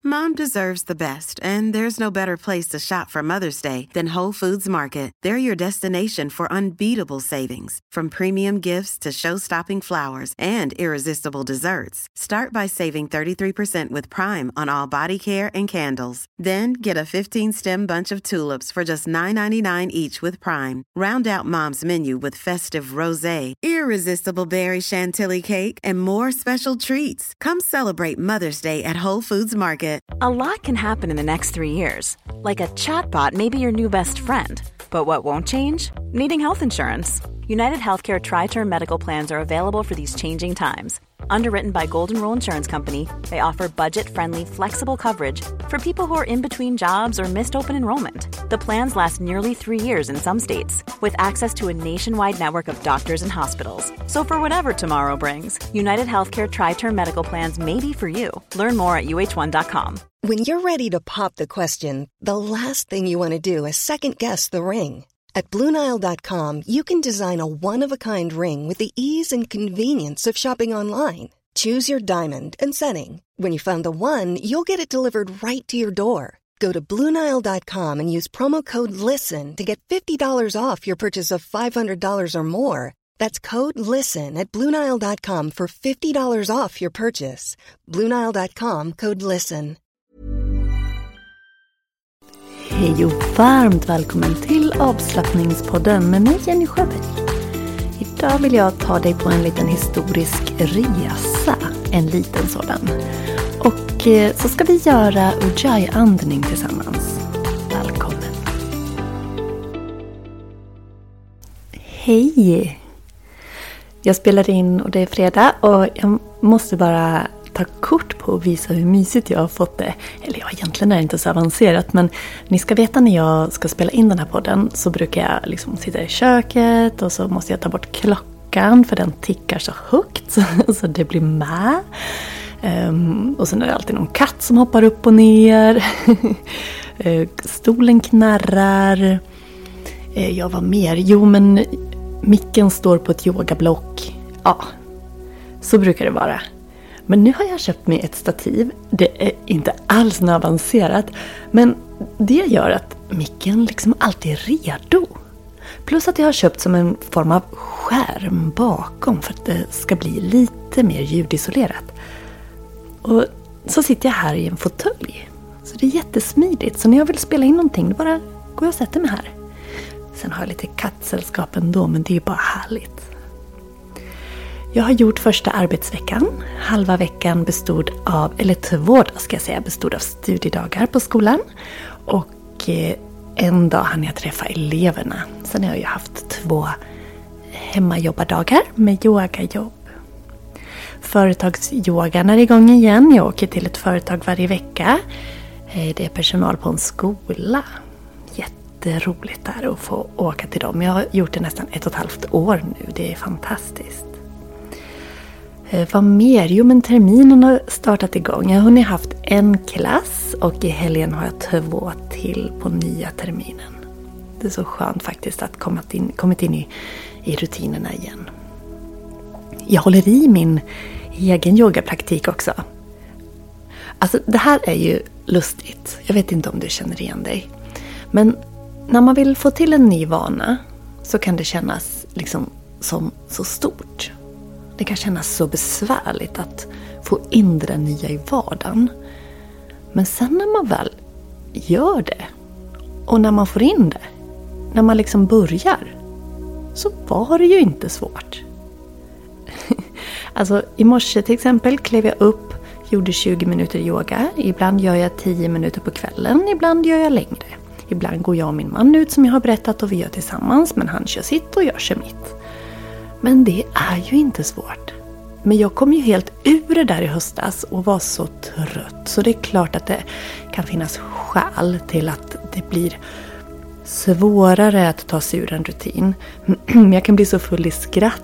Mom deserves the best, and there's no better place to shop for Mother's Day than Whole Foods Market. They're your destination for unbeatable savings, from premium gifts to show-stopping flowers and irresistible desserts. Start by saving 33% with Prime on all body care and candles. Then get a 15-stem bunch of tulips for just $9.99 each with Prime. Round out Mom's menu with festive rosé, irresistible berry chantilly cake, and more special treats. Come celebrate Mother's Day at Whole Foods Market. A lot can happen in the next 3 years. Like a chatbot may be your new best friend. But what won't change? Needing health insurance. United Healthcare Tri-Term Medical Plans are available for these changing times. Underwritten by Golden Rule Insurance Company, they offer budget-friendly, flexible coverage for people who are in between jobs or missed open enrollment. The plans last nearly 3 years in some states, with access to a nationwide network of doctors and hospitals. So for whatever tomorrow brings, United Healthcare Tri-Term Medical Plans may be for you. Learn more at uh1.com. When you're ready to pop the question, the last thing you want to do is second-guess the ring. At BlueNile.com, you can design a one-of-a-kind ring with the ease and convenience of shopping online. Choose your diamond and setting. When you find the one, you'll get it delivered right to your door. Go to BlueNile.com and use promo code LISTEN to get $50 off your purchase of $500 or more. That's code LISTEN at BlueNile.com for $50 off your purchase. BlueNile.com, code LISTEN. Hej och varmt välkommen till avslappningspodden med mig, Jenny Sjöberg. Idag vill jag ta dig på en liten historisk resa, en liten sådan. Och så ska vi göra Ujjayi-andning tillsammans. Välkommen. Hej! Jag spelar in och det är fredag och jag måste bara ta kort på och visa hur mysigt jag har fått det. Eller ja, egentligen är det inte så avancerat, men ni ska veta när jag ska spela in den här podden så brukar jag liksom sitta i köket och så måste jag ta bort klockan för den tickar så högt så det blir med. Och sen är det alltid någon katt som hoppar upp och ner. Stolen knarrar. Jag var mer. Jo, men micken står på ett yogablock. Ja, så brukar det vara. Men nu har jag köpt mig ett stativ. Det är inte alls något avancerat. Men det gör att micken liksom alltid är redo. Plus att jag har köpt som en form av skärm bakom för att det ska bli lite mer ljudisolerat. Och så sitter jag här i en fåtölj. Så det är jättesmidigt. Så när jag vill spela in någonting då bara går jag och sätter mig här. Sen har jag lite kattsällskap ändå, men det är ju bara härligt. Jag har gjort första arbetsveckan. Halva veckan bestod av, eller 2 dagar ska jag säga, bestod av studiedagar på skolan. Och en dag hann jag träffa eleverna. Sen har jag ju haft 2 hemmajobbardagar med yogajobb. Företagsyogan är igång igen. Jag åker till ett företag varje vecka. Det är personal på en skola. Jätteroligt där att få åka till dem. Jag har gjort det nästan 1,5 år nu. Det är fantastiskt. Vad mer? Jo, men terminen har startat igång. Jag har hunnit haft 1 klass och i helgen har jag 2 till på nya terminen. Det är så skönt faktiskt att kommit in i rutinerna igen. Jag håller i min egen yogapraktik också. Alltså det här är ju lustigt. Jag vet inte om du känner igen dig. Men när man vill få till en ny vana så kan det kännas liksom som så stort. Det kan kännas så besvärligt att få in det nya i vardagen. Men sen när man väl gör det och när man får in det, när man liksom börjar, så var det ju inte svårt. Alltså i morse till exempel klev jag upp, gjorde 20 minuter yoga. Ibland gör jag 10 minuter på kvällen, ibland gör jag längre. Ibland går jag och min man ut som jag har berättat och vi gör tillsammans, men han kör sitt och jag kör mitt. Men det är ju inte svårt. Men jag kom ju helt ur det där i höstas och var så trött. Så det är klart att det kan finnas skäl till att det blir svårare att ta sig ur en rutin. Men jag kan bli så full i skratt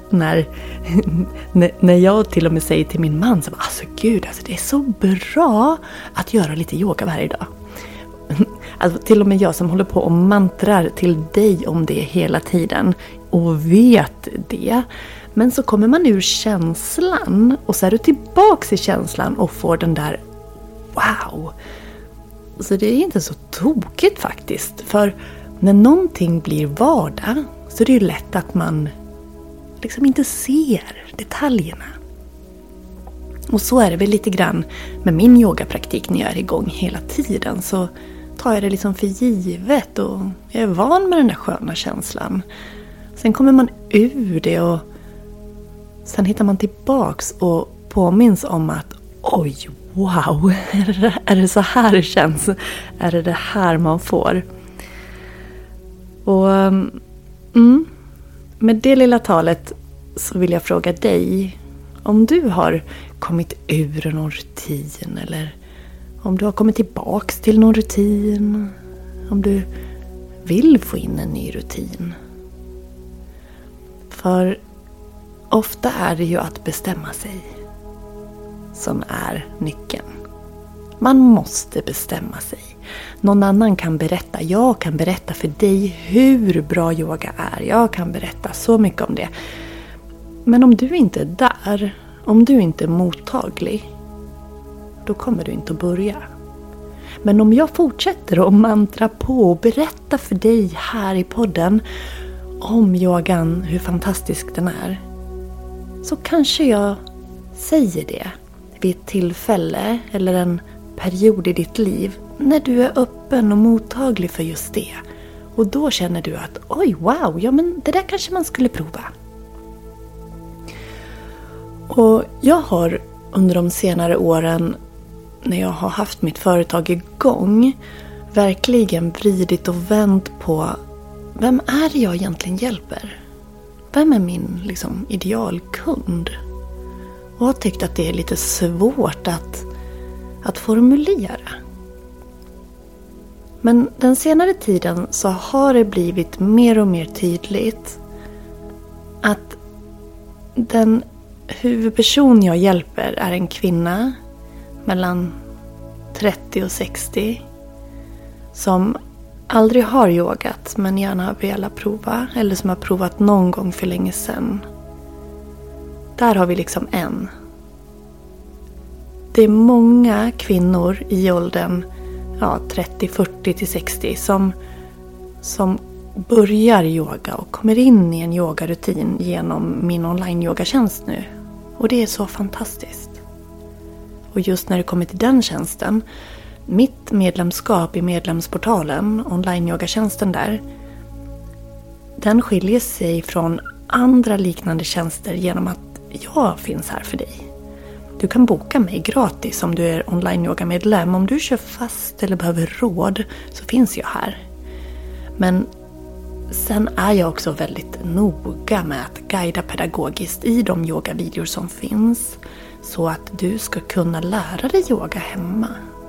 när jag till och med säger till min man så, alltså gud, alltså det är så bra att göra lite yoga varje dag. Alltså till och med jag som håller på och mantrar till dig om det hela tiden och vet det. Men så kommer man ur känslan och så är du tillbaks i känslan och får den där wow. Så det är inte så tokigt faktiskt. För när någonting blir vardag så är det ju lätt att man liksom inte ser detaljerna. Och så är det väl lite grann med min yogapraktik när jag är igång hela tiden. Så tar jag det liksom för givet och jag är van med den där sköna känslan. Sen kommer man ur det och sen hittar man tillbaks och påminns om att oj, wow, är det så här det känns? Är det här man får? Och med det lilla talet så vill jag fråga dig om du har kommit ur någon rutin eller om du har kommit tillbaks till någon rutin, om du vill få in en ny rutin. För ofta är det ju att bestämma sig som är nyckeln. Man måste bestämma sig. Någon annan kan berätta. Jag kan berätta för dig hur bra yoga är. Jag kan berätta så mycket om det. Men om du inte är där, om du inte är mottaglig, då kommer du inte att börja. Men om jag fortsätter att mantra på och berätta för dig här i podden om yogan, hur fantastisk den är, så kanske jag säger det vid ett tillfälle eller en period i ditt liv när du är öppen och mottaglig för just det. Och då känner du att oj, wow, ja men det där kanske man skulle prova. Och jag har under de senare åren när jag har haft mitt företag igång verkligen vridit och vänt på vem är det jag egentligen hjälper? Vem är min idealkund? Och har tyckt att det är lite svårt att formulera. Men den senare tiden så har det blivit mer och mer tydligt att den huvudperson jag hjälper är en kvinna mellan 30 och 60 som aldrig har yogat men gärna har velat prova eller som har provat någon gång för länge sedan. Där har vi en. Det är många kvinnor i åldern 30, 40 till 60 som börjar yoga och kommer in i en yogarutin genom min online-yogatjänst nu. Och det är så fantastiskt. Och just när det kommer till den tjänsten, mitt medlemskap i medlemsportalen, online-yogatjänsten där, den skiljer sig från andra liknande tjänster genom att jag finns här för dig. Du kan boka mig gratis om du är online-yoga-medlem. Om du kör fast eller behöver råd så finns jag här. Men sen är jag också väldigt noga med att guida pedagogiskt i de yogavideor som finns. Så att du ska kunna lära dig yoga hemma.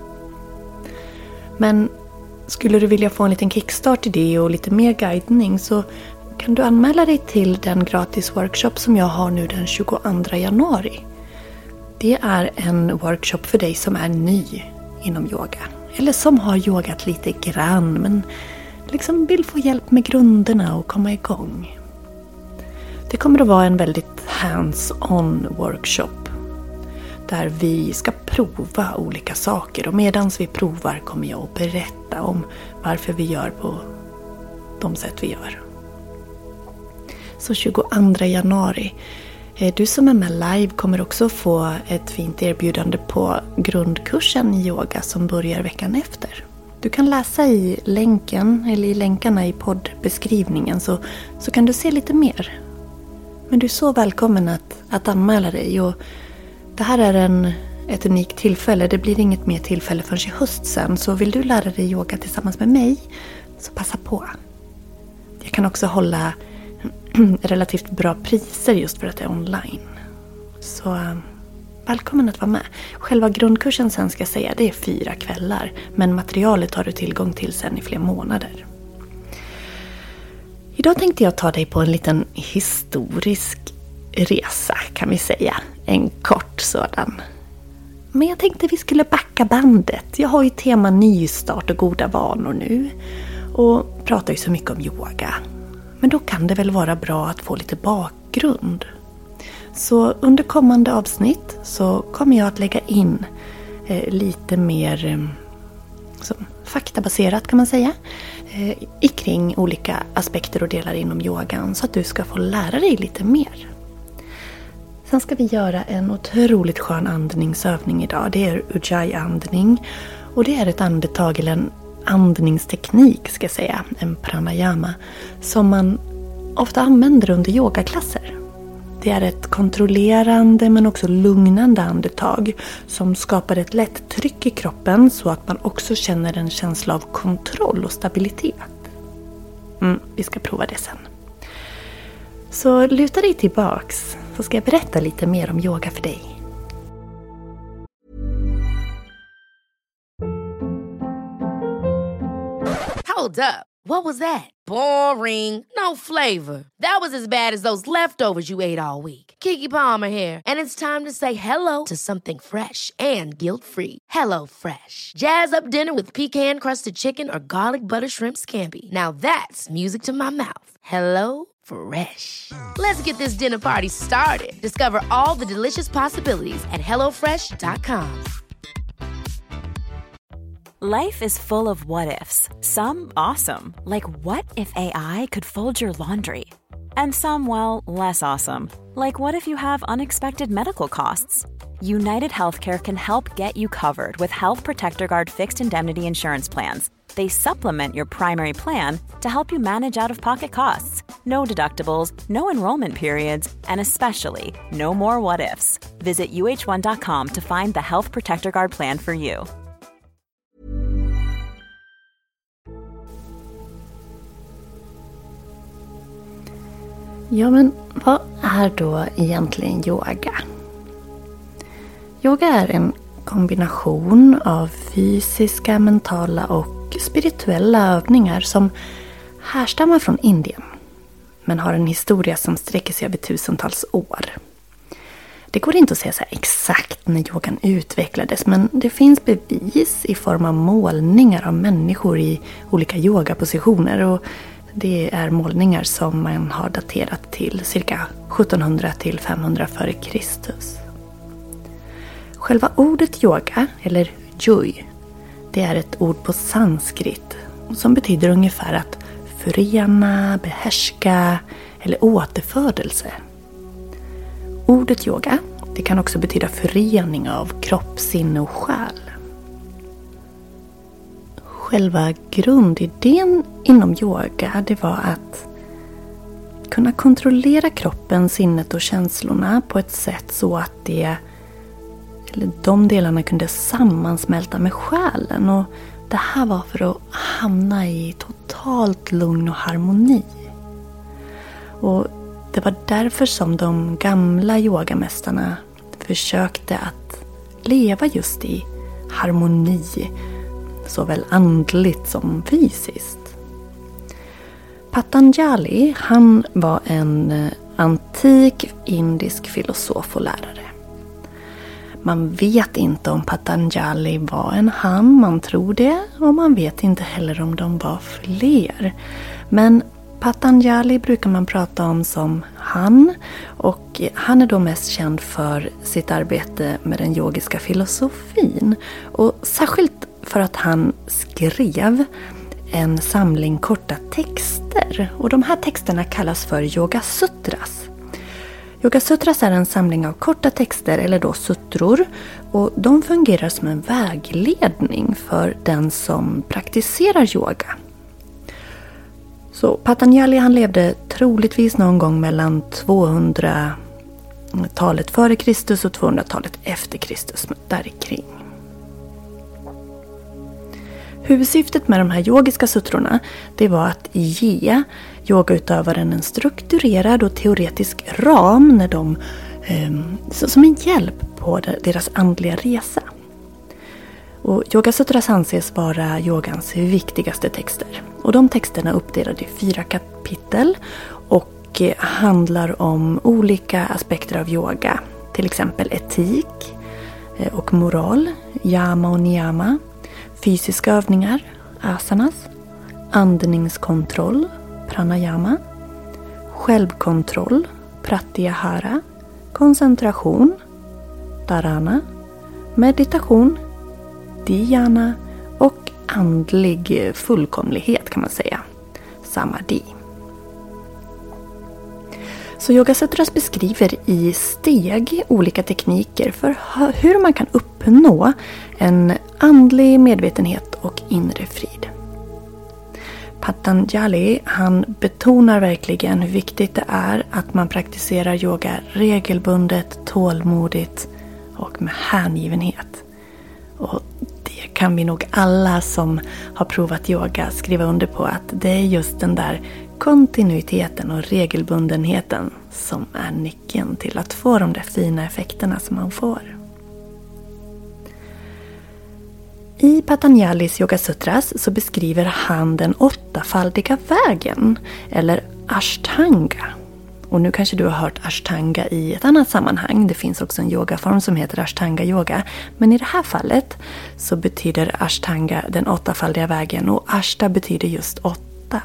Men skulle du vilja få en liten kickstart i det och lite mer guidning så kan du anmäla dig till den gratis workshop som jag har nu den 22 januari. Det är en workshop för dig som är ny inom yoga. Eller som har yogat lite grann men vill få hjälp med grunderna och komma igång. Det kommer att vara en väldigt hands-on workshop. Där vi ska prova olika saker. Och medan vi provar kommer jag att berätta om varför vi gör på de sätt vi gör. Så 22 januari. Du som är med live kommer också få ett fint erbjudande på grundkursen i yoga som börjar veckan efter. Du kan läsa i länken eller i länkarna i poddbeskrivningen så kan du se lite mer. Men du är så välkommen att anmäla dig. Och det här är ett unikt tillfälle. Det blir inget mer tillfälle förrän i höst sen. Så vill du lära dig yoga tillsammans med mig så passa på. Jag kan också hålla relativt bra priser just för att det är online. Så välkommen att vara med. Själva grundkursen sen ska jag säga det är 4 kvällar. Men materialet har du tillgång till sen i flera månader. Idag tänkte jag ta dig på en liten historisk resa kan vi säga. En kort sådan. Men jag tänkte vi skulle backa bandet. Jag har ju tema nystart och goda vanor nu. Och pratar ju så mycket om yoga. Men då kan det väl vara bra att få lite bakgrund. Så under kommande avsnitt så kommer jag att lägga in lite mer faktabaserat kan man säga. Kring olika aspekter och delar inom yogan så att du ska få lära dig lite mer. Sen ska vi göra en otroligt skön andningsövning idag. Det är Ujjayi-andning och det är ett andetag eller en andningsteknik ska jag säga, en pranayama som man ofta använder under yogaklasser. Det är ett kontrollerande men också lugnande andetag som skapar ett lätt tryck i kroppen så att man också känner en känsla av kontroll och stabilitet. Vi ska prova det sen. Så luta dig tillbaks så ska jag berätta lite mer om yoga för dig. Hold up. What was that? Boring. No flavor. That was as bad as those leftovers you ate all week. Keke Palmer here, and it's time to say hello to something fresh and guilt-free. Hello Fresh. Jazz up dinner with pecan-crusted chicken or garlic butter shrimp scampi. Now that's music to my mouth. Hello Fresh. Let's get this dinner party started. Discover all the delicious possibilities at hellofresh.com. Life is full of what-ifs. Some awesome, like what if AI could fold your laundry? And some, well, less awesome, like what if you have unexpected medical costs? United Healthcare can help get you covered with Health Protector Guard fixed indemnity insurance plans. They supplement your primary plan to help you manage out-of-pocket costs. No deductibles, no enrollment periods, and especially no more what-ifs. Visit uh1.com to find the Health Protector Guard plan for you. Ja, men vad är då egentligen yoga? Yoga är en kombination av fysiska, mentala och spirituella övningar som härstammar från Indien, men har en historia som sträcker sig över tusentals år. Det går inte att säga så här exakt när yogan utvecklades, men det finns bevis i form av målningar av människor i olika yogapositioner, och det är målningar som man har daterat till cirka 1700 till 500 före Kristus. Själva ordet yoga, eller joy, det är ett ord på sanskrit som betyder ungefär att förena, behärska eller återfödelse. Ordet yoga, det kan också betyda förening av kropp, sinne och själ. Själva grundidén inom yoga, det var att kunna kontrollera kroppen, sinnet och känslorna på ett sätt så att de delarna kunde sammansmälta med själen. Och det här var för att hamna i totalt lugn och harmoni. Och det var därför som de gamla yogamästarna försökte att leva just i harmoni, såväl andligt som fysiskt. Patanjali, han var en antik indisk filosof och lärare. Man vet inte om Patanjali var en han, man tror det, och man vet inte heller om de var fler. Men Patanjali brukar man prata om som han, och han är då mest känd för sitt arbete med den yogiska filosofin, och särskilt för att han skrev en samling korta texter, och de här texterna kallas för Yoga Sutras. Yoga Sutras är en samling av korta texter, eller då sutror, och de fungerar som en vägledning för den som praktiserar yoga. Så Patanjali, han levde troligtvis någon gång mellan 200-talet före Kristus och 200-talet efter Kristus, där kring. Huvudsyftet med de här yogiska sutrorna, det var att ge yogautövaren en strukturerad och teoretisk ram när som en hjälp på deras andliga resa. Och Yoga Sutras anses vara yogans viktigaste texter. Och de texterna är uppdelade i 4 kapitel och handlar om olika aspekter av yoga. Till exempel etik och moral, yama och niyama, fysiska övningar, asanas, andningskontroll, pranayama, självkontroll, pratyahara, koncentration, dharana, meditation, dhyana och andlig fullkomlighet kan man säga, samadhi. Så Yoga Sutras beskriver i steg olika tekniker för hur man kan uppnå en andlig medvetenhet och inre frid. Patanjali, han betonar verkligen hur viktigt det är att man praktiserar yoga regelbundet, tålmodigt och med hängivenhet. Och det kan vi nog alla som har provat yoga skriva under på, att det är just den där kontinuiteten och regelbundenheten som är nyckeln till att få de där fina effekterna som man får. I Patanjalis Yoga Sutras så beskriver han den 8-faldiga vägen, eller Ashtanga. Och nu kanske du har hört Ashtanga i ett annat sammanhang. Det finns också en yogaform som heter Ashtanga yoga. Men i det här fallet så betyder Ashtanga den 8-faldiga vägen, och Ashta betyder just 8.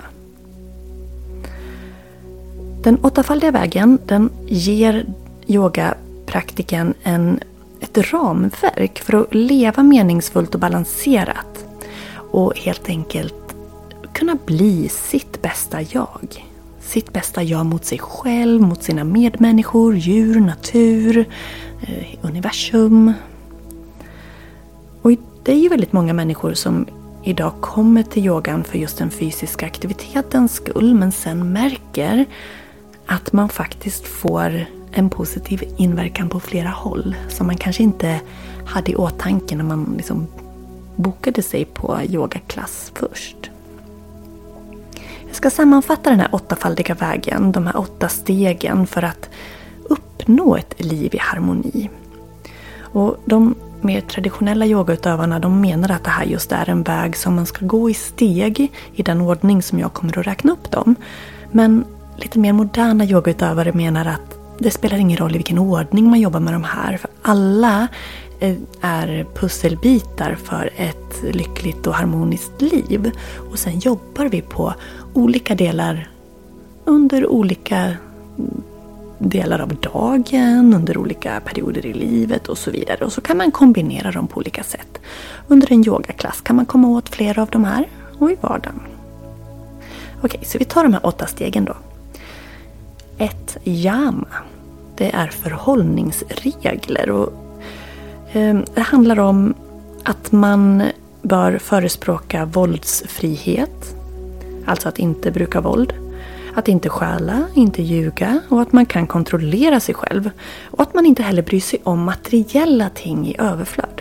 Den 8-faldiga vägen, den ger yogapraktiken ett ramverk för att leva meningsfullt och balanserat. Och helt enkelt kunna bli sitt bästa jag. Sitt bästa jag mot sig själv, mot sina medmänniskor, djur, natur, universum. Och det är ju väldigt många människor som idag kommer till yogan för just den fysiska aktivitetens skull, men sen märker att man faktiskt får en positiv inverkan på flera håll som man kanske inte hade i åtanke när man liksom bokade sig på yogaklass först. Jag ska sammanfatta den här 8-faldiga vägen, de här 8 stegen för att uppnå ett liv i harmoni. Och de mer traditionella yogautövarna, de menar att det här just är en väg som man ska gå i steg i den ordning som jag kommer att räkna upp dem. Men lite mer moderna yogautövare menar att det spelar ingen roll i vilken ordning man jobbar med de här. För alla är pusselbitar för ett lyckligt och harmoniskt liv. Och sen jobbar vi på olika delar under olika delar av dagen, under olika perioder i livet och så vidare. Och så kan man kombinera dem på olika sätt. Under en yogaklass kan man komma åt flera av de här och i vardagen. Okej, så vi tar de här 8 stegen då. 1. Yama. Det är förhållningsregler, och det handlar om att man bör förespråka våldsfrihet, alltså att inte bruka våld, att inte stjäla, inte ljuga, och att man kan kontrollera sig själv, och att man inte heller bryr sig om materiella ting i överflöd.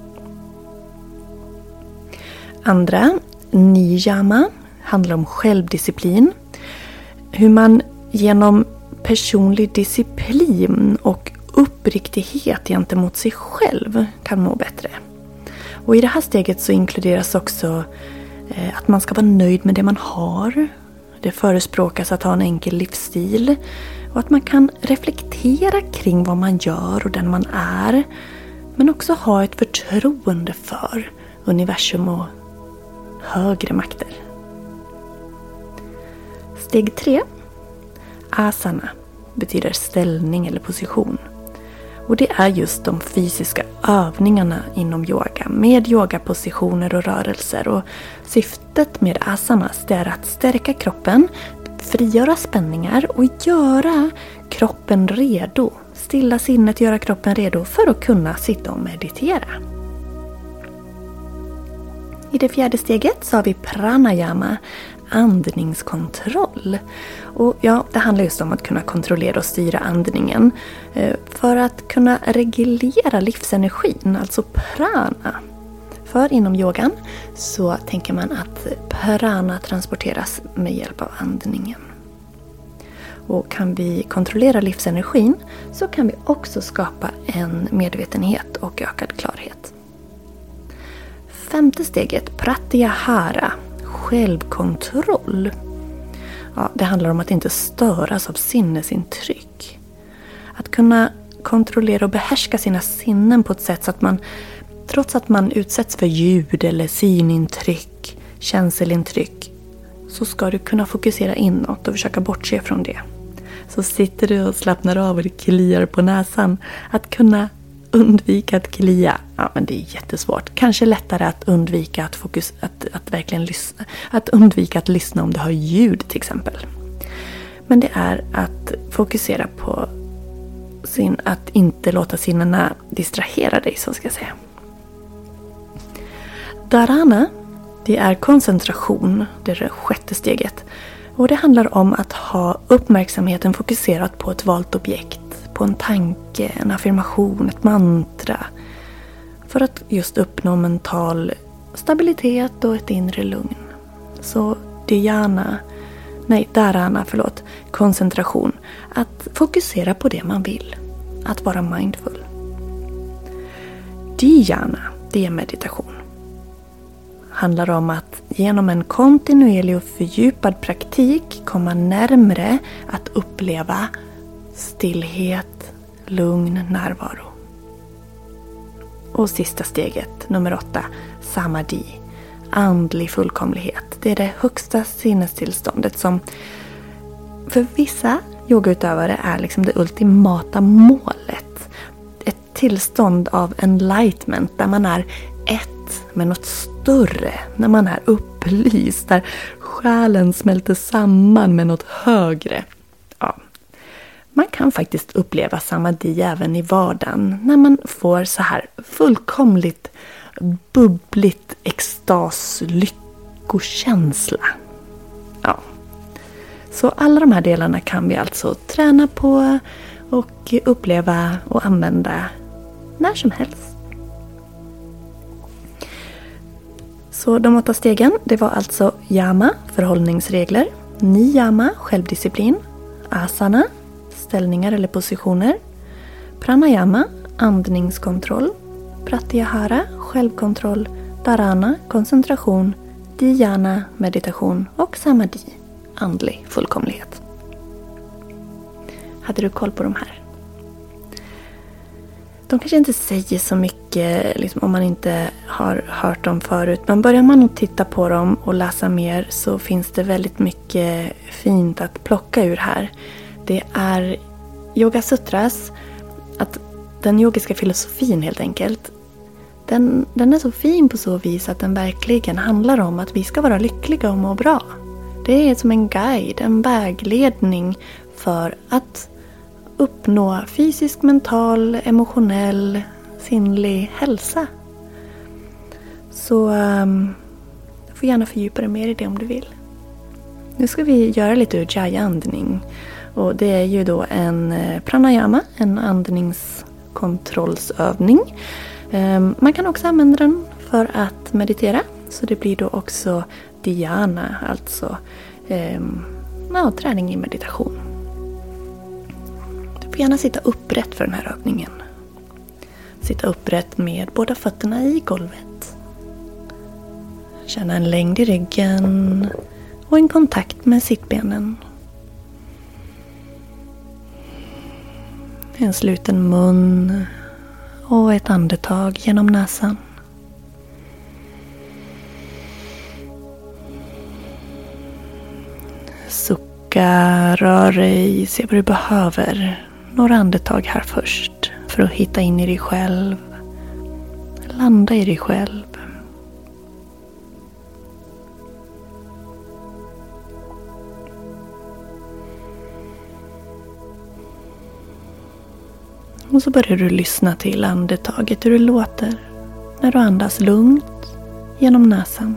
2. Niyama handlar om självdisciplin, hur man genom personlig disciplin och uppriktighet gentemot sig själv kan må bättre. Och i det här steget så inkluderas också att man ska vara nöjd med det man har. Det förespråkas att ha en enkel livsstil och att man kan reflektera kring vad man gör och den man är, men också ha ett förtroende för universum och högre makter. Steg 3. Asana betyder ställning eller position. Och det är just de fysiska övningarna inom yoga med yogapositioner och rörelser. Och syftet med asanas är att stärka kroppen, frigöra spänningar och göra kroppen redo. Stilla sinnet, göra kroppen redo för att kunna sitta och meditera. I det 4:e steget så har vi pranayama, andningskontroll. Och ja, det handlar just om att kunna kontrollera och styra andningen för att kunna reglera livsenergin, alltså prana. För inom yogan så tänker man att prana transporteras med hjälp av andningen. Och kan vi kontrollera livsenergin så kan vi också skapa en medvetenhet och ökad klarhet. 5:e steget, pratyahara, självkontroll. Ja, det handlar om att inte störas av sinnesintryck. Att kunna kontrollera och behärska sina sinnen på ett sätt så att man, trots att man utsätts för ljud eller synintryck, känselintryck, så ska du kunna fokusera inåt och försöka bortse från det. Så sitter du och slappnar av och det kliar på näsan. Att kunna undvika att klia. Ja, men det är jättesvårt. Kanske lättare att undvika att verkligen lyssna. Att undvika att lyssna om du har ljud till exempel. Men det är att fokusera på att inte låta sinnena distrahera dig, så ska jag säga. Dharana, det är koncentration. Det är det 6:e steget. Och det handlar om att ha uppmärksamheten fokuserad på ett valt objekt. På en tanke, en affirmation, ett mantra. För att just uppnå mental stabilitet och ett inre lugn. Så dharana, koncentration. Att fokusera på det man vill. Att vara mindful. Dhyana, det är meditation. Handlar om att genom en kontinuerlig och fördjupad praktik komma närmare att uppleva stillhet, lugn, närvaro. Och sista steget, nummer 8, samadhi, andlig fullkomlighet. Det är det högsta sinnestillståndet som för vissa yogautövare är liksom det ultimata målet. Ett tillstånd av enlightenment där man är ett med något större, när man är upplyst, där själen smälter samman med något högre. Ja. Man kan faktiskt uppleva samadhi även i vardagen när man får så här fullkomligt bubbligt extas, lyckokänsla. Ja. Så alla de här delarna kan vi alltså träna på och uppleva och använda när som helst. Så de 8 stegen, det var alltså yama, förhållningsregler, niyama, självdisciplin, asana, ställningar eller positioner, pranayama, andningskontroll, pratyahara, självkontroll, dharana, koncentration, dhyana, meditation och samadhi, andlig fullkomlighet. Hade du koll på de här? De kanske inte säger så mycket liksom, om man inte har hört dem förut. Men börjar man att titta på dem och läsa mer så finns det väldigt mycket fint att plocka ur här. Det är Yoga Sutras, att den yogiska filosofin helt enkelt. Den är så fin på så vis att den verkligen handlar om att vi ska vara lyckliga och må bra. Det är som en guide, en vägledning för att uppnå fysisk, mental, emotionell, sinnlig hälsa. Så du får gärna fördjupa dig mer i det om du vill. Nu ska vi göra lite ujjayi-andning. Och det är ju då en pranayama, en andningskontrollsövning. Man kan också använda den för att meditera. Så det blir då också dhyana, alltså träning i meditation. Du får gärna sitta upprätt för den här övningen. Sitta upprätt med båda fötterna i golvet. Känna en längd i ryggen och en kontakt med sittbenen. En sluten mun och ett andetag genom näsan. Sucka, rör dig, se vad du behöver. Några andetag här först för att hitta in i dig själv. Landa i dig själv. Och så börjar du lyssna till andetaget, hur det låter när du andas lugnt genom näsan.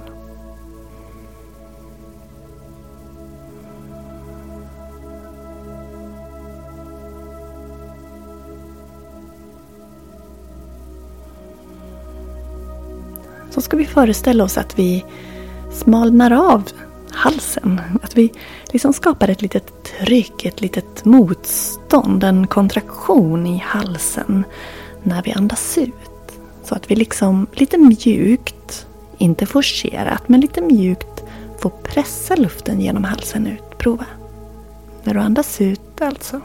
Så ska vi föreställa oss att vi smalnar av halsen. Att vi liksom skapar ett litet tryck, ett litet motstånd, en kontraktion i halsen när vi andas ut. Så att vi liksom lite mjukt, inte forcerat, men lite mjukt får pressa luften genom halsen ut. Prova. När du andas ut alltså.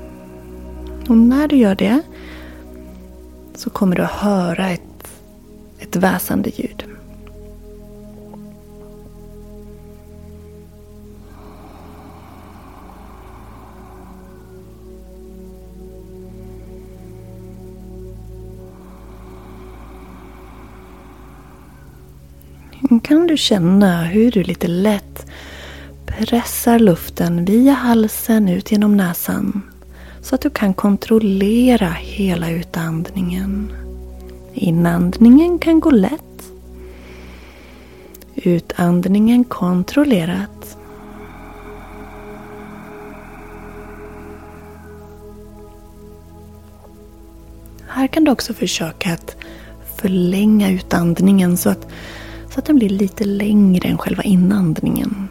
Och när du gör det så kommer du att höra ett ett väsande ljud. Kan du känna hur du lite lätt pressar luften via halsen ut genom näsan så att du kan kontrollera hela utandningen. Inandningen kan gå lätt. Utandningen kontrollerat. Här kan du också försöka att förlänga utandningen så att den blir lite längre än själva inandningen.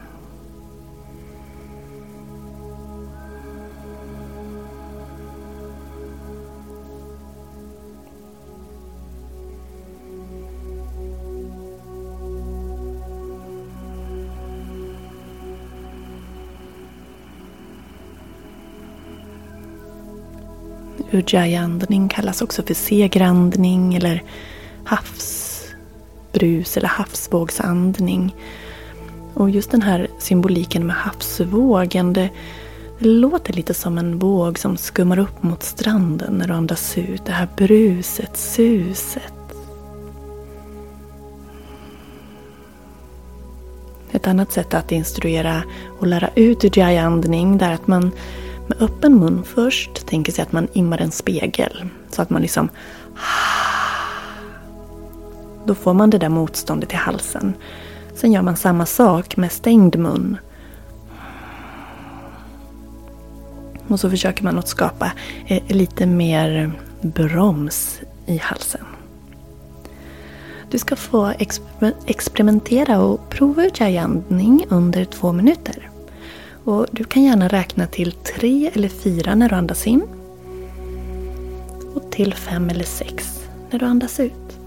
Ujjayi-andning kallas också för segerandning eller havsbrus eller havsvågsandning. Och just den här symboliken med havsvågen, det låter lite som en våg som skummar upp mot stranden när du andas ut. Det här bruset, suset. Ett annat sätt att instruera och lära ut Ujjayi-andning är att man med öppen mun först tänker sig att man immar en spegel. Så att man liksom... Då får man det där motståndet i halsen. Sen gör man samma sak med stängd mun. Och så försöker man att skapa lite mer broms i halsen. Du ska få experimentera och prova Ujjayi-andning under 2 minuter. Och du kan gärna räkna till 3 eller 4 när du andas in. Och till 5 eller 6 när du andas ut.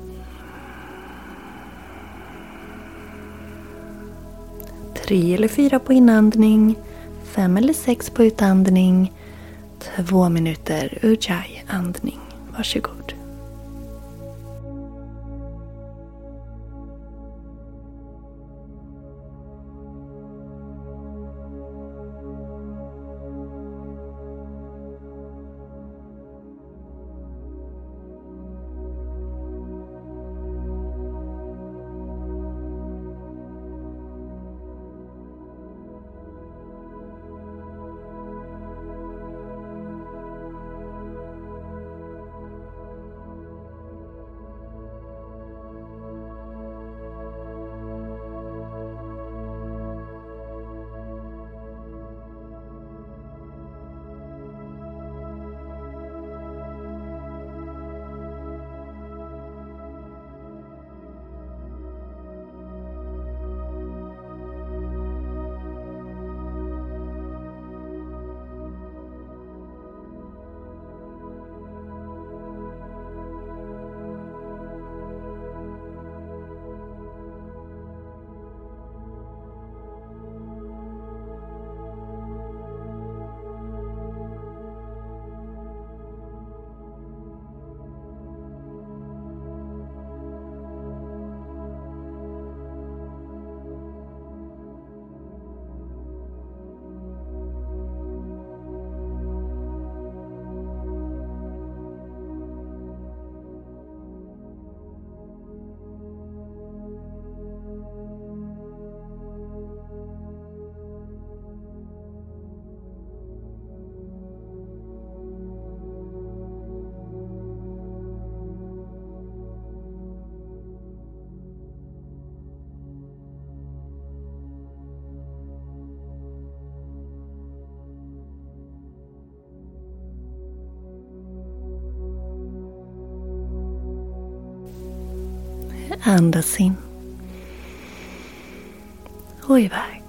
3 eller 4 på inandning. 5 eller 6 på utandning. 2 minuter Ujjayi-andning. Varsågod. Andas in. Och iväg.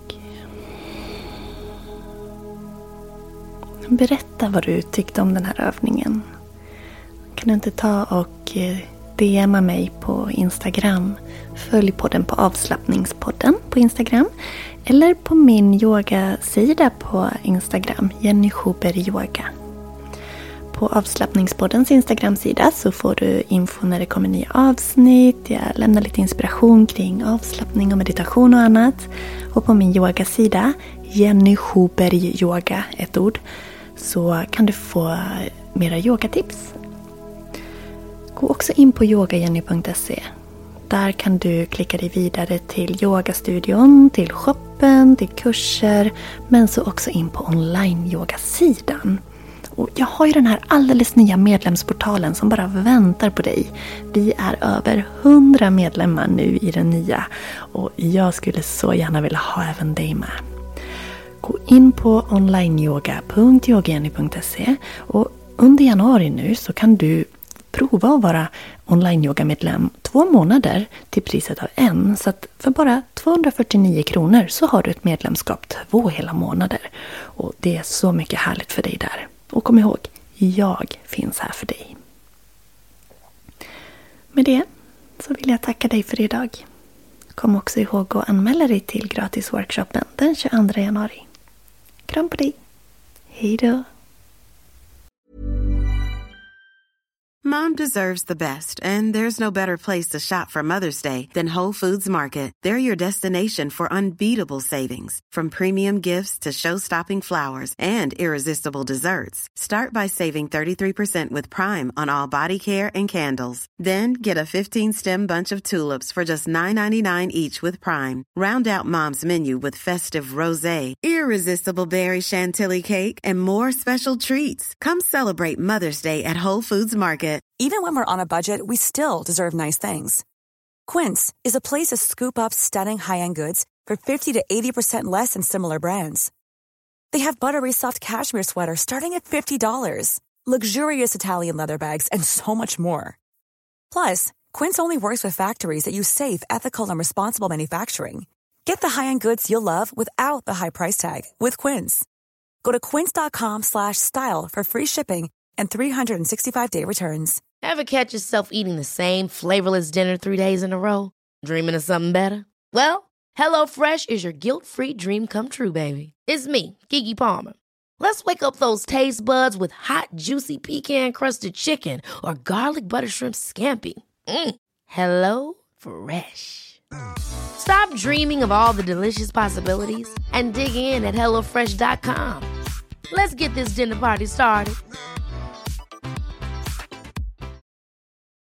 Berätta vad du tyckte om den här övningen. Kan du inte ta och DMa mig på Instagram. Följ podden på avslappningspodden på Instagram. Eller på min yogasida på Instagram. Jenny Schuber Yoga. på Avslappningspoddens Instagram-sida så får du info när det kommer nya avsnitt. Jag lämnar lite inspiration kring avslappning och meditation och annat. Och på min yogasida, Jenny Schuberg Yoga, ett ord, så kan du få mera yogatips. Gå också in på yogajenny.se. Där kan du klicka dig vidare till yogastudion, till shoppen, till kurser, men så också in på online-yogasidan. Och jag har ju den här alldeles nya medlemsportalen som bara väntar på dig. Vi är över 100 medlemmar nu i den nya och jag skulle så gärna vilja ha även dig med. Gå in på onlineyoga.yogajenny.se och under januari nu så kan du prova att vara online-yoga-medlem 2 månader till priset av 1. Så att för bara 249 kronor så har du ett medlemskap 2 hela månader. Och det är så mycket härligt för dig där. Och kom ihåg, jag finns här för dig. Med det så vill jag tacka dig för idag. Kom också ihåg att anmäla dig till gratisworkshopen den 22 januari. Kram på dig. Hej då. Mom deserves the best, and there's no better place to shop for Mother's Day than Whole Foods Market. They're your destination for unbeatable savings, from premium gifts to show-stopping flowers and irresistible desserts. Start by saving 33% with Prime on all body care and candles. Then get a 15-stem bunch of tulips for just $9.99 each with Prime. Round out Mom's menu with festive rosé, irresistible berry chantilly cake, and more special treats. Come celebrate Mother's Day at Whole Foods Market. Even when we're on a budget, we still deserve nice things. Quince is a place to scoop up stunning high-end goods for 50 to 80% less than similar brands. They have buttery soft cashmere sweaters starting at $50, luxurious Italian leather bags, and so much more. Plus, Quince only works with factories that use safe, ethical, and responsible manufacturing. Get the high-end goods you'll love without the high price tag with Quince. Go to quince.com/style for free shipping and 365-day returns. Ever catch yourself eating the same flavorless dinner 3 days in a row? Dreaming of something better? Well, HelloFresh is your guilt-free dream come true, baby. It's me, Keke Palmer. Let's wake up those taste buds with hot, juicy pecan-crusted chicken or garlic butter shrimp scampi. Hello Fresh. Stop dreaming of all the delicious possibilities and dig in at HelloFresh.com. Let's get this dinner party started.